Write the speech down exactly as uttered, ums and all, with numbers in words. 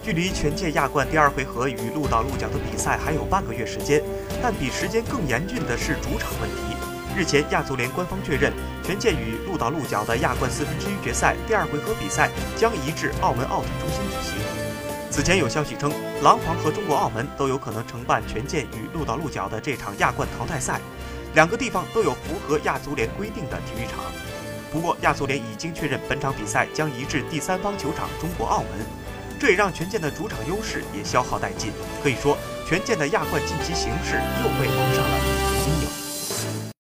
距离权健亚冠第二回合与鹿岛鹿角的比赛还有半个月时间，但比时间更严峻的是主场问题。日前，亚足联官方确认，权健与鹿岛鹿角的亚冠四分之一决赛第二回合比赛将移至澳门奥体中心举行。此前有消息称，狼皇和中国澳门都有可能承办权健与鹿岛鹿角的这场亚冠淘汰赛，两个地方都有符合亚足联规定的体育场。不过，亚足联已经确认本场比赛将移至第三方球场中国澳门。这也让权健的主场优势也消耗殆尽，可以说权健的亚冠晋级形势又被蒙上了